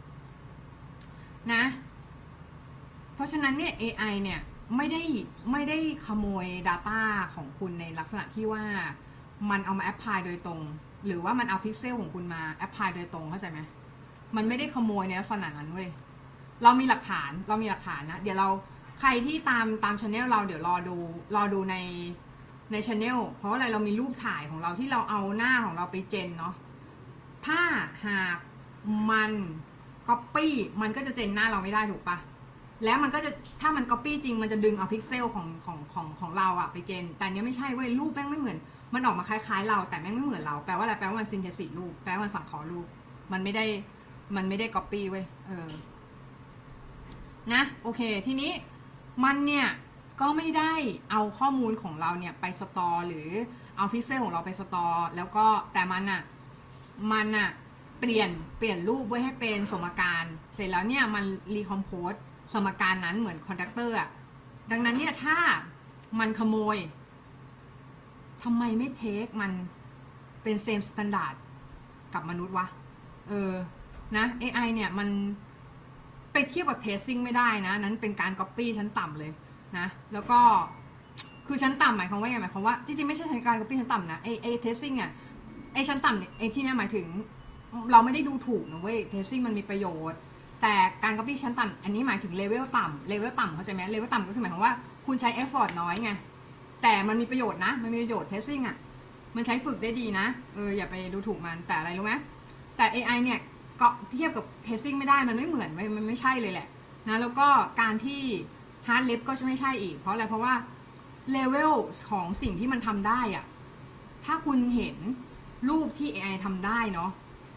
นะเพราะฉะนั้นเนี่ย เอ ไอ เนี่ยไม่ได้ไม่ได้ขโมย Data ของคุณในลักษณะที่ว่ามันเอามาแอพพลายโดยตรงหรือว่ามันเอาพิกเซลของคุณมาแอพพลายโดยตรงเข้าใจไหมมันไม่ได้ขโมยในลักษณะนั้นเว้ยเรามีหลักฐานเรามีหลักฐานนะเดี๋ยวเราใครที่ตามตามช anel เราเดี๋ยวรอดูรอดูในในช anel เพราะอะไรเรามีรูปถ่ายของเราที่เราเอาหน้าของเราไปเจนเนาะถ้าหากมัน copy มันก็จะเจนหน้าเราไม่ได้ถูกปะแล้วมันก็จะถ้ามัน copy จริงมันจะดึงเอาพิกเซลของของของของเราอะไปเจนแต่เนี้ยไม่ใช่เว้ยรูปแม่งไม่เหมือนมันออกมาคล้ายๆเราแต่แม่งไม่เหมือนเราแปลว่าอะไรแปลว่ามันซินเทซิสรูปแปลว่ามันสังเคราะห์รูปมันไม่ได้มันไม่ได้ copy เว้ยเออนะโอเคทีนี้มันเนี่ยก็ไม่ได้เอาข้อมูลของเราเนี่ยไปสตอร์หรือเอาพิกเซลของเราไปสตอร์แล้วก็แต่มันอะมันอะเปลี่ยนเปลี่ยนรูปไว้ให้เป็นสมการเสร็จแล้วเนี่ยมันรีคอมโพสสมการนั้นเหมือนคอนดักเตอร์อะดังนั้นเนี่ยถ้ามันขโมยทำไมไม่เทคมันเป็นเซมสแตนดาร์ดกับมนุษย์วะเออนะ เอ ไอ เนี่ยมันไปเทียบกับเทสซิ่งไม่ได้นะนั้นเป็นการ Copy ชั้นต่ำเลยนะแล้วก็คือชั้นต่ำหมายความว่าไงหมายความว่าจริงๆไม่ใช่การ Copy ชั้นต่ำนะไอไอเทสซิ่งอ่ะไอชั้นต่ำเนี่ยไอที่เนี่ยหมายถึงเราไม่ได้ดูถูกนะเว้ยเทสซิ่งมันมีประโยชน์แต่การ Copy ชั้นต่ำอันนี้หมายถึงเลเวลต่ำเลเวลต่ำเข้าใจไหมเลเวลต่ำก็คือหมายความว่าคุณใช้ effort น้อยไงแต่มันมีประโยชน์นะมันมีประโยชน์เทสซิ่งอ่ะมันใช้ฝึกได้ดีนะเอออย่าไปดูถูกมันแต่อะไรรู้ไหมแต่ เอ ไอ เนี่ยก็เทียบกับเทสซิ่งไม่ได้มันไม่เหมือนมันไม่ใช่เลยแหละนะแล้วก็การที่ฮาร์ดลิฟก็ไม่ใช่อีกเพราะอะไรเพราะว่าเลเวลของสิ่งที่มันทำได้อ่ะถ้าคุณเห็นรูปที่ เอ ไอ ทำได้เนาะ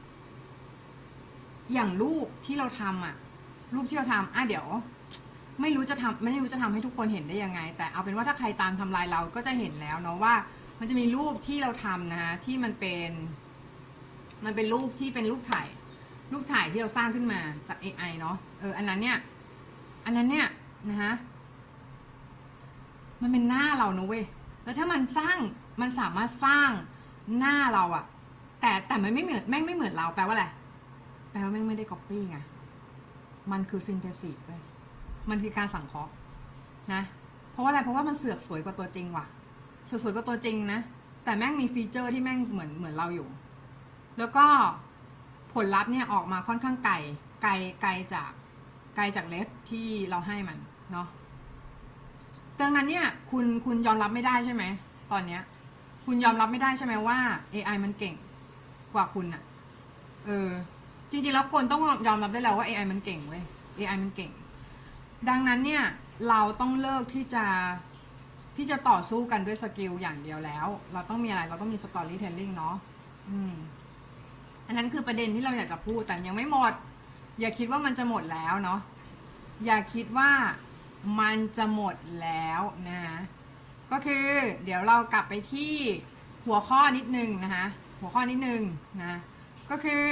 อย่างรูปที่เราทำอ่ะรูปที่เราทำอ่ะเดี๋ยวไม่รู้จะทำไม่รู้จะทำให้ทุกคนเห็นได้ยังไงแต่เอาเป็นว่าถ้าใครตามทำลายเราก็จะเห็นแล้วเนาะว่ามันจะมีรูปที่เราทำนะที่มันเป็นมันเป็นรูปที่เป็นรูปถ่ายรูปถ่ายที่เราสร้างขึ้นมาจาก เอ ไอ เนาะเอออันนั้นเนี่ยอันนั้นเนี่ยนะฮะมันเป็นหน้าเราเนอะเว้ยแล้วถ้ามันสร้างมันสามารถสร้างหน้าเราอะแต่แต่มันไม่เหมือนแม่งไม่เหมือนเราแปลว่าอะไรแปลว่าแม่งไม่ได้ copy ไงมันคือ synthesis เว้ยมันคือการสังเคราะห์นะเพราะว่าอะไรเพราะว่ามันเสือกสวยกว่าตัวจริงว่ะสวยๆกว่าตัวจริงนะแต่แม่งมีฟีเจอร์ที่แม่งเหมือนเหมือนเราอยู่แล้วก็ผลลัพธ์เนี่ยออกมาค่อนข้างไกลไกลไกลจากไกลจากเลฟที่เราให้มันเนาะดังนั้นเนี่ยคุณคุณยอมรับไม่ได้ใช่ไหมตอนเนี้ยคุณยอมรับไม่ได้ใช่ไหมว่า เอ ไอ มันเก่งกว่าคุณอะเออจริงๆแล้วคนต้องยอมรับได้แล้วว่า เอ ไอ มันเก่งเว้ย เอ ไอ มันเก่งดังนั้นเนี่ยเราต้องเลิกที่จะที่จะต่อสู้กันด้วยสกิลอย่างเดียวแล้วเราต้องมีอะไรเราต้องมีสตอรี่เทลลิ่งเนาะอืมอันนั้นคือประเด็นที่เราอยากจะพูดแต่ยังไม่หมดอย่าคิดว่ามันจะหมดแล้วเนาะอย่าคิดว่ามันจะหมดแล้วนะก็คือเดี๋ยวเรากลับไปที่หัวข้อนิดนึงนะคะหัวข้อนิดนึงนะก็คือ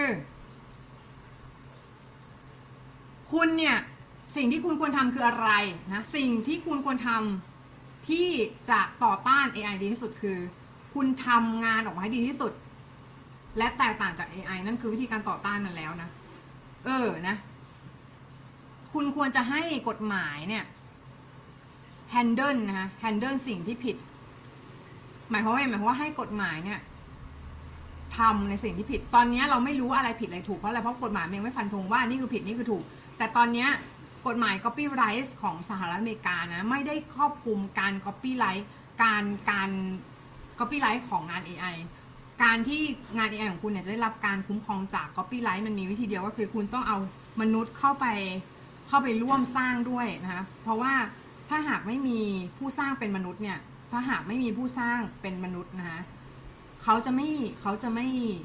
คุณเนี่ยสิ่งที่คุณควรทำคืออะไรนะสิ่งที่คุณควรทำที่จะต่อต้าน เอ ไอ ดีที่สุดคือคุณทำงานออกมาให้ดีที่สุดและแตกต่างจาก เอ ไอ นั่นคือวิธีการต่อต้านมันแล้วนะเออนะคุณควรจะให้กฎหมายเนี่ย handle นะคะ handle สิ่งที่ผิดหมายความว่าหมายความว่าให้กฎหมายเนี่ยทำในสิ่งที่ผิดตอนนี้เราไม่รู้อะไรผิดอะไรถูกเพราะอะไรเพราะกฎหมายยังไม่ฟันธงว่านี่คือผิดนี่คือถูกแต่ตอนนี้กฎหมาย copyright ของสหรัฐอเมริกานะไม่ได้ครอบคลุมการ copyright การการ copyright ของงาน เอ ไอ การที่งาน เอ ไอ ของคุณเนี่ยจะได้รับการคุ้มครองจาก copyright มันมีวิธีเดียวก็คือคุณต้องเอามนุษย์เข้าไปเข้าไปร่วมสร้างด้วยนะคะเพราะว่าถ้าหากไม่มีผู้สร้างเป็นมนุษย์เนี่ยถ้าหากไม่มีผู้สร้างเป็นมนุษย์นะคะเขาจะไม่เขาจะไม่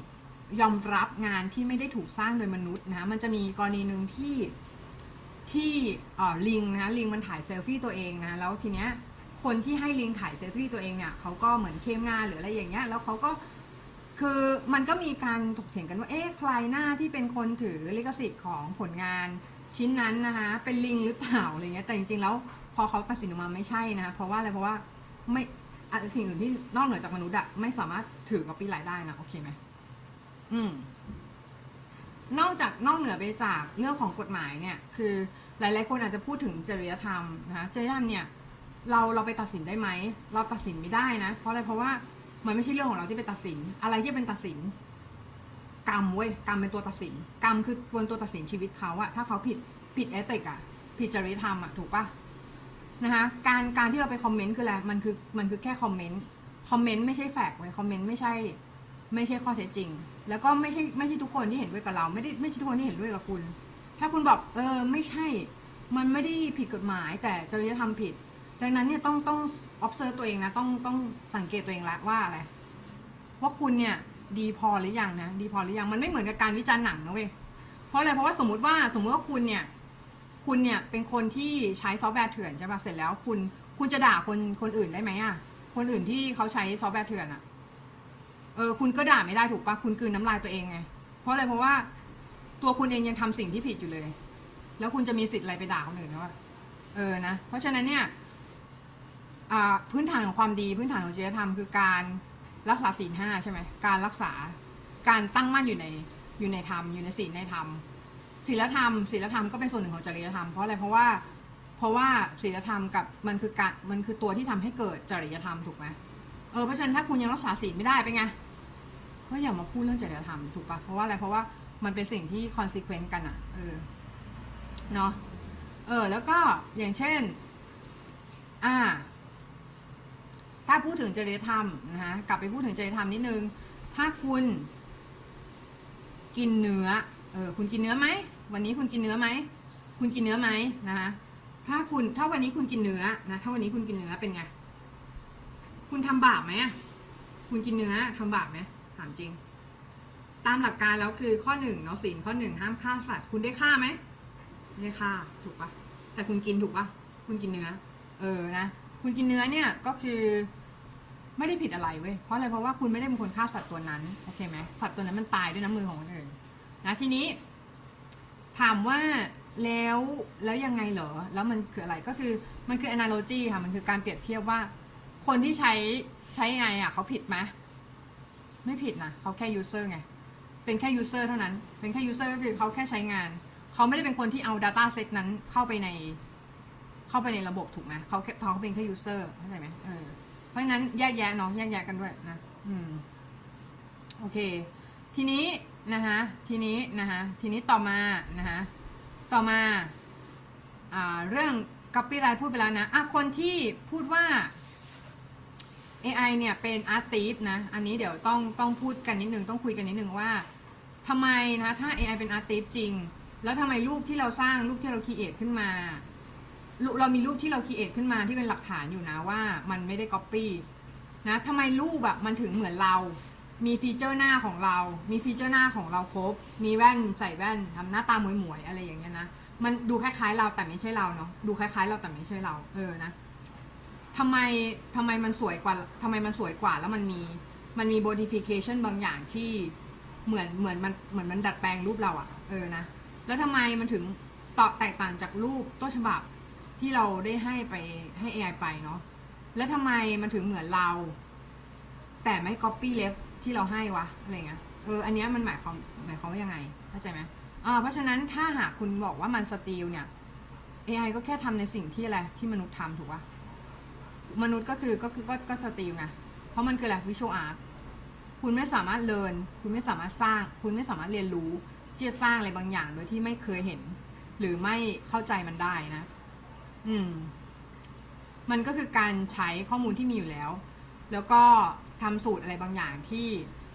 ยอมรับงานที่ไม่ได้ถูกสร้างโดยมนุษย์นะมันจะมีกรณีหนึ่งที่ที่ลิงนะลิงมันถ่ายเซลฟี่ตัวเองนะแล้วทีเนี้ยคนที่ให้ลิงถ่ายเซลฟี่ตัวเองเนี่ยเขาก็เหมือนเคลมงานหรืออะไรอย่างเงี้ยแล้วเขาก็คือมันก็มีการถกเถียงกันว่าเอ๊ะใครหน้าที่เป็นคนถือลิขสิทธิ์ของผลงานชิ้นนั้นนะคะเป็นลิงหรือเปล่าอะไรเงี้ยแต่จริงๆแล้วพอเขาตัดสินออกมาไม่ใช่นะเพราะว่าอะไรเพราะว่าไม่สิ่งอื่นที่นอกเหนือจากมนุษย์อะไม่สามารถถือ copyright ได้นะโอเคไหมอืมนอกจากนอกเหนือไปจากเรื่องของกฎหมายเนี่ยคือหลายๆคนอาจจะพูดถึงจริยธรรมนะคะจริยธรรมเนี่ยเราเราไปตัดสินได้ไหมเราตัดสินไม่ได้นะเพราะอะไรเพราะว่ามันไม่ใช่เรื่องของเราที่ไปตัดสินอะไรที่เป็นตัดสินกรรมเว้ยกรรมเป็นตัวตัดสินกรรมคือตัวตัวตัดสินชีวิตเขาอะถ้าเขาผิดผิดเอติกอะผิดจริยธรรมอะถูกปะนะคะการการที่เราไปคอมเมนต์คืออะไรมันคือมันคือแค่คอมเมนต์คอมเมนต์ไม่ใช่แฟกต์เว้ยคอมเมนต์ไม่ใช่ไม่ใช่ข้อเท็จจริงแล้วก็ไม่ใช่ไม่ใช่ทุกคนที่เห็นด้วยกับเราไม่ได้ไม่ใช่ทุกคนที่เห็นด้วยกับคุณถ้าคุณบอกเออไม่ใช่มันไม่ได้ผิดกฎหมายแต่จริยธรรมผิดดังนั้นเนี่ยต้องต้อง observe ตัวเองนะต้องต้องสังเกตตัวเองละว่าอะไรว่าคุณเนี่ยดีพอหรือยังนะดีพอหรือยังมันไม่เหมือนกับการวิจารณ์หนังนะเว้ยเพราะอะไรเพราะว่าสมมุติว่าสมมติว่าคุณเนี่ยคุณเนี่ยเป็นคนที่ใช้ซอฟต์แวร์เถื่อนใช่ป่ะเสร็จแล้วคุณคุณจะด่าคนคนอื่นได้ไหมอ่ะคนอื่นที่เขาใช้ซอฟต์แวร์เถื่อนอ่ะเออคุณก็ด่าไม่ได้ถูกปะคุณกลืนน้ำลายตัวเองไงเพราะอะไรเพราะว่าตัวคุณเองยังทำสิ่งที่ผิดอยู่เลยแล้วคุณจะมีสิทธิ์อะไรไปด่าคนอื่นนะวะเออนะเพราะฉะนั้นเนี่ยพื้นฐานของความดีพื้นฐานของจริยธรรมคือการรักษาศีลห้าใช่ไหมการรักษาการตั้งมั่นอยู่ในอยู่ในธรรมอยู่ในศีลในธรรมศีลธรรมศีลธรรมก็เป็นส่วนหนึ่งของจริยธรรมเพราะอะไรเพราะว่าเพราะว่าศีลธรรมกับมันคือการมันคือตัวที่ทำให้เกิดจริยธรรมถูกไหมเออเพราะฉะนั้นถ้าคุณยังรักษาศีลไม่ได้เป็นไงก็อย่ามาพูดเรื่องจริยธรรมถูกปะเพราะว่าอะไรเพราะว่ามันเป็นสิ่งที่ consequence กันอ่ะเออเนาะเออแล้วก็อย่างเช่นอ่าถ้าพูดถึงจริยธรรมนะคะกลับไปพูดถึงจริยธรรมนิดนึงถ้าคุณกินเนื้อเออคุณกินเนื้อไหมวันนี้คุณกินเนื้อไหมคุณกินเนื้อไหมนะคะถ้าคุณถ้าวันนี้คุณกินเนื้อนะถ้าวันนี้คุณกินเนื้อเป็นไงคุณทำบาปไหมคุณกินเนื้อทำบาปไหมถามจริงตามหลักการแล้วคือข้อหนึ่งเนาะศีลข้อหนึ่งห้ามฆ่าสัตว์คุณได้ฆ่าไหมไม่ได้ฆ่าถูกปะแต่คุณกินถูกปะคุณกินเนื้อเออนะคุณกินเนื้อเนี่ยก็คือไม่ได้ผิดอะไรเว้ยเพราะอะไรเพราะว่าคุณไม่ได้เป็นคนฆ่าสัตว์ตัวนั้นโอเคไหมสัตว์ตัวนั้นมันตายด้วยน้ำมือของคนอื่นนะทีนี้ถามว่าแล้วแล้วยังไงเหรอแล้วมันคืออะไรก็คือมันคือ analogy ค่ะมันคือการเปรียบเทียบว่าคนที่ใช้ใช้ไงอ่ะเขาผิดไหมไม่ผิดนะเขาแค่ user ไงเป็นแค่ user เท่านั้นเป็นแค่ user ก็คือเขาแค่ใช้งานเขาไม่ได้เป็นคนที่เอา data set นั้นเข้าไปในเข้าไปในระบบถูกไหมเขาแค่เขาเป็นแค่ user เข้าใจไหมเออเพราะฉะนั้นแยกแยะน้องแยกแยะกันด้วยนะอืมโอเคทีนี้นะคะทีนี้นะคะทีนี้ต่อมานะคะต่อมาอ่าเรื่อง copyright พูดไปแล้วนะอ่ะคนที่พูดว่า เอ ไอ เนี่ยเป็น artist นะอันนี้เดี๋ยวต้องต้องพูดกันนิดนึงต้องคุยกันนิดนึงว่าทำไมนะถ้า เอ ไอ เป็น artist จริงแล้วทำไมรูปที่เราสร้างรูปที่เรา create ขึ้นมาเรามีรูปที่เรา create ขึ้นมาที่เป็นหลักฐานอยู่นะว่ามันไม่ได้ copy นะทำไมรูปแบบมันถึงเหมือนเรามีฟีเจอร์หน้าของเรามีฟีเจอร์หน้าของเราครบมีแว่นใส่แว่นทำหน้าตาหมวยๆอะไรอย่างเงี้ยนะมันดูคล้ายๆเราแต่ไม่ใช่เราเนาะดูคล้ายๆเราแต่ไม่ใช่เราเออนะทำไมทำไมมันสวยกว่าทำไมมันสวยกว่าแล้วมันมีมันมี modification บางอย่างที่เหมือนเหมือนมันเหมือนมันดัดแปลงรูปเราอะเออนะแล้วทำไมมันถึงตอบแตกต่างจากรูปต้นฉบับที่เราได้ให้ไปให้ เอ ไอ ไปเนาะแล้วทำไมมันถึงเหมือนเราแต่ไม่ copy left ที่เราให้วะอะไรเงี้ยเอออันนี้มันหมายความหมายความว่ายังไงเข้าใจไหมอ่าเพราะฉะนั้นถ้าหากคุณบอกว่ามันสตีลเนี่ย เอ ไอ ก็แค่ทำในสิ่งที่อะไรที่มนุษย์ทำถูกปะมนุษย์ก็คือก็คือก็ก็สตีลไงเพราะมันคืออะไรวิชวลอาร์ตคุณไม่สามารถเรียนคุณไม่สามารถสร้างคุณไม่สามารถเรียนรู้ที่จะสร้างอะไรบางอย่างโดยที่ไม่เคยเห็นหรือไม่เข้าใจมันได้นะอืมมันก็คือการใช้ข้อมูลที่มีอยู่แล้วแล้วก็ทำสูตรอะไรบางอย่างที่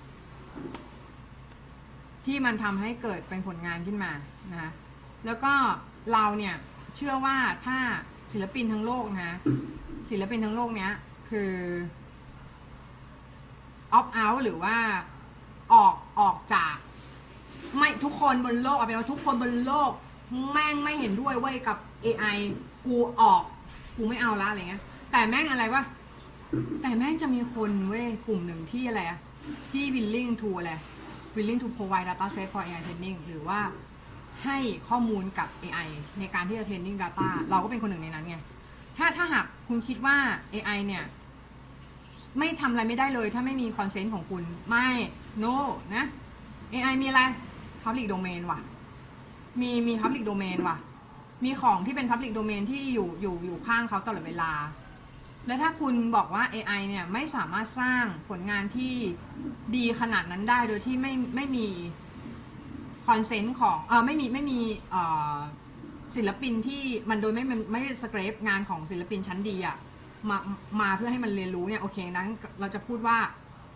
ที่มันทำให้เกิดเป็นผลงานขึ้นมานะคะแล้วก็เราเนี่ยเชื่อว่าถ้าศิลปินทั้งโลกนะศิลปินทั้งโลกเนี้ยคือ opt out หรือว่าออกออกจากไม่ทุกคนบนโลกเอาเป็นว่าทุกคนบนโลกแม่งไม่เห็นด้วยเว้ยกับ เอ ไอ กูออกกูไม่เอาละอะไรเงี้ยแต่แม่งอะไรวะแต่แม่งจะมีคนเว้ยกลุ่มหนึ่งที่อะไรอะที่ willing to อะไร willing to provide data set for เอ ไอ training หรือว่าให้ข้อมูลกับ เอ ไอ ในการที่จะ training data เราก็เป็นคนหนึ่งในนั้นไงถ้าถ้าหากคุณคิดว่า เอ ไอ เนี่ยไม่ทำอะไรไม่ได้เลยถ้าไม่มีคอนเซนต์ของคุณไม่ no นะ เอ ไอ มีอะไร public domain ว่ะมีมี public domain ว่ะมีของที่เป็น public domain ที่อยู่อยู่อยู่ข้างเขาตลอดเวลาและถ้าคุณบอกว่า เอ ไอ เนี่ยไม่สามารถสร้างผลงานที่ดีขนาดนั้นได้โดยที่ไม่ไม่มีคอนเซนต์ของเออไม่มีไม่มีเอ่อศิลปินที่มันโดยไม่ไม่สเกรปงานของศิลปินชั้นดีอะมามาเพื่อให้มันเรียนรู้เนี่ยโอเคนั้นเราจะพูดว่า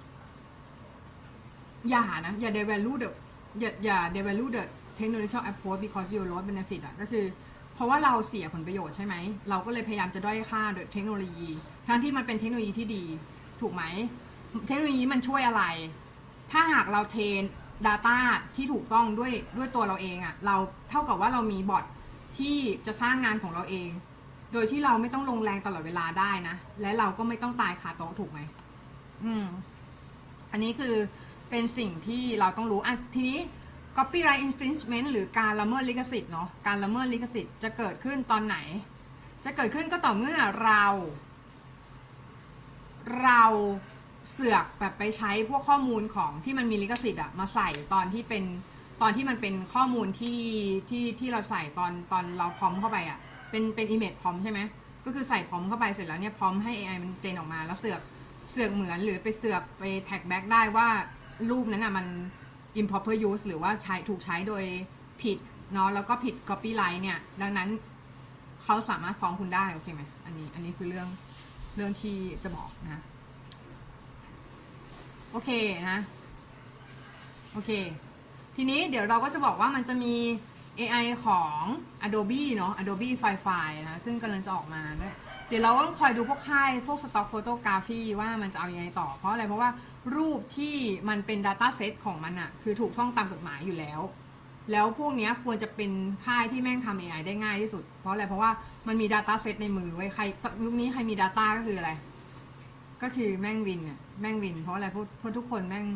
อย่านะอย่า devalue the อย่าอย่า devalue the technological approach because you lost benefit อะก็คือเพราะว่าเราเสียผลประโยชน์ใช่ไหมเราก็เลยพยายามจะด้อยค่าโดยเทคโนโลยีทั้งที่มันเป็นเทคโนโลยีที่ดีถูกไหมเทคโนโลยีมันช่วยอะไรถ้าหากเราเทรน data ที่ถูกต้องด้วยด้วยตัวเราเองอะเราเท่ากับว่าเรามีบอทที่จะสร้างงานของเราเองโดยที่เราไม่ต้องลงแรงตลอดเวลาได้นะและเราก็ไม่ต้องตายคาโต๊ะถูกไหมอืมอันนี้คือเป็นสิ่งที่เราต้องรู้อ่ะทีนี้ copyright infringement หรือการละเมิดลิขสิทธิ์เนาะการละเมิดลิขสิทธิ์จะเกิดขึ้นตอนไหนจะเกิดขึ้นก็ต่อเมื่อเราเราเสือกแบบไปใช้พวกข้อมูลของที่มันมีลิขสิทธิ์อะมาใส่ตอนที่เป็นตอนที่มันเป็นข้อมูลที่ที่ที่เราใส่ตอนตอนเราพร้อมเข้าไปอะเป็นเป็น image พร้อมใช่ไหมก็คือใส่พร้อมเข้าไปเสร็จแล้วเนี่ยพร้อมให้ เอ ไอ มันเจนออกมาแล้วเสือกเสือกเหมือนหรือไปเสือกไปแท็กแบ็กได้ว่ารูปนั้นอะมัน improper use หรือว่าใช้ถูกใช้โดยผิดเนาะแล้วก็ผิด copyright เนี่ยดังนั้นเขาสามารถฟ้องคุณได้โอเคไหมอันนี้อันนี้คือเรื่องเรื่องที่จะบอกนะโอเคนะโอเคทีนี้เดี๋ยวเราก็จะบอกว่ามันจะมี เอ ไอ ของ Adobe เนาะ Adobe Firefly นะซึ่งกำลังจะออกมาด้วยเดี๋ยวเราต้องคอยดูพวกค่ายพวก Stock Photography ว่ามันจะเอายังไงต่อเพราะอะไรเพราะว่ารูปที่มันเป็น Data Set ของมันอะคือถูกต้องตามกฎหมายอยู่แล้วแล้วพวกนี้ควรจะเป็นค่ายที่แม่งทำ เอ ไอ ได้ง่ายที่สุดเพราะอะไรเพราะว่ามันมี Data Set ในมือไว้ใครยุคนี้ใครมี Data ก็คืออะไรก็คือแม่งวินอะแม่งวินเพราะอะไรเพราะเพราะทุกคนแม่ง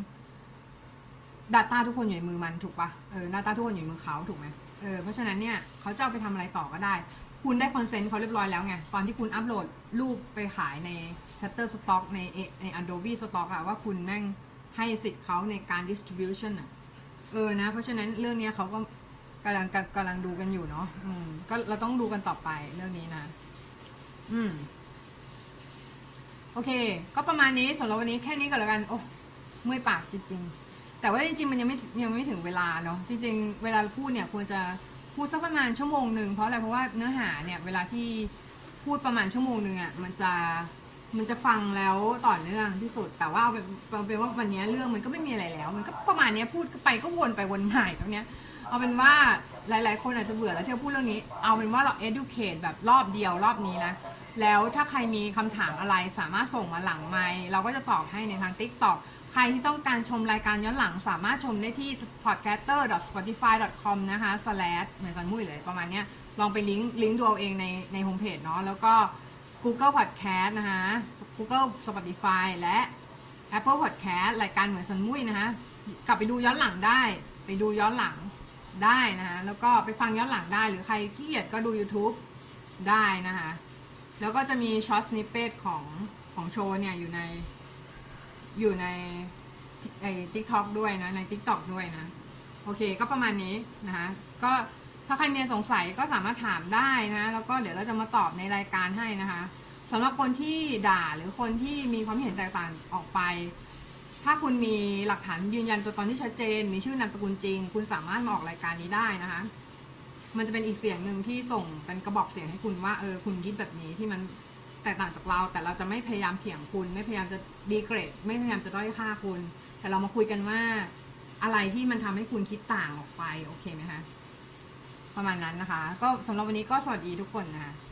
Data ทุกคนอยู่ในมือมันถูกปะเออ Data ทุกคนอยู่ในมือเขาถูกไหมเออเพราะฉะนั้นเนี่ยเขาจะเอาไปทำอะไรต่อก็ได้คุณได้คอนเซนต์เขาเรียบร้อยแล้วไงตอนที่คุณอัปโหลดรูปไปขายใน Shutterstock ในใน Adobe Stock อะว่าคุณแม่งให้สิทธิ์เขาในการ distribution อะเออนะเพราะฉะนั้นเรื่องนี้เขาก็กำลังกำลังดูกันอยู่เนาะอืมก็เราต้องดูกันต่อไปเรื่องนี้นะอืมโอเคก็ประมาณนี้สำหรับวันนี้แค่นี้ก่อนแล้วกันโอ้เมื่อยปากจริงๆแต่ว่าจริงๆมันยังไม่ยังไม่ถึงเวลาเนาะจริงๆเวลาพูดเนี่ยควรจะพูดสักประมาณชั่วโมงหนึ่งเพราะอะไรเพราะว่าเนื้อหาเนี่ยเวลาที่พูดประมาณชั่วโมงหนึ่งอ่ะมันจะมันจะฟังแล้วต่อเนื่องที่สุดแต่ว่าเอาเป็นเอาเป็นว่าวันนี้เรื่องมันก็ไม่มีอะไรแล้วมันก็ประมาณนี้พูดไปก็วนไปวนมาตรงเนี้ยเอาเป็นว่าหลายๆคนอาจจะเบื่อแล้วที่เราพูดเรื่องนี้เอาเป็นว่าเรา educate แบบรอบเดียวรอบนี้นะแล้วถ้าใครมีคำถามอะไรสามารถส่งมาหลังไมค์เราก็จะตอบให้ในทาง TikTok ใครที่ต้องการชมรายการย้อนหลังสามารถชมได้ที่ พอดแคสเตอร์ ดอท สปอติฟาย ดอท คอม นะคะ slash เหมือนซันมุ้ยเลยประมาณเนี้ยลองไปลิงก์ลิงก์ดูเอาเองในในโฮมเพจเนาะแล้วก็ Google Podcast นะคะ Google Spotify และ Apple Podcast รายการเหมือนซันมุ้ยนะคะกลับไปดูย้อนหลังได้ไปดูย้อนหลังได้นะคะแล้วก็ไปฟังย้อนหลังได้หรือใครขี้เกียจก็ดู YouTube ได้นะคะแล้วก็จะมีช็อตสนิปเปตของของโชว์เนี่ยอยู่ในอยู่ในไอ้ TikTok ด้วยนะใน TikTok ด้วยนะโอเคก็ประมาณนี้นะคะก็ถ้าใครมีสงสัยก็สามารถถามได้นะแล้วก็เดี๋ยวเราจะมาตอบในรายการให้นะคะสำหรับคนที่ด่าหรือคนที่มีความเห็นแตกต่างออกไปถ้าคุณมีหลักฐานยืนยันตัวตนที่ชัดเจนมีชื่อนามสกุลจริงคุณสามารถมาออกรายการนี้ได้นะคะมันจะเป็นอีกเสียงหนึ่งที่ส่งเป็นกระบอกเสียงให้คุณว่าเออคุณคิดแบบนี้ที่มันแตกต่างจากเราแต่เราจะไม่พยายามเถียงคุณไม่พยายามจะดีเกรดไม่พยายามจะด้อยค่าคุณแต่เรามาคุยกันว่าอะไรที่มันทำให้คุณคิดต่างออกไปโอเคไหมคะประมาณนั้นนะคะก็สำหรับวันนี้ก็สวัสดีทุกคนนะคะ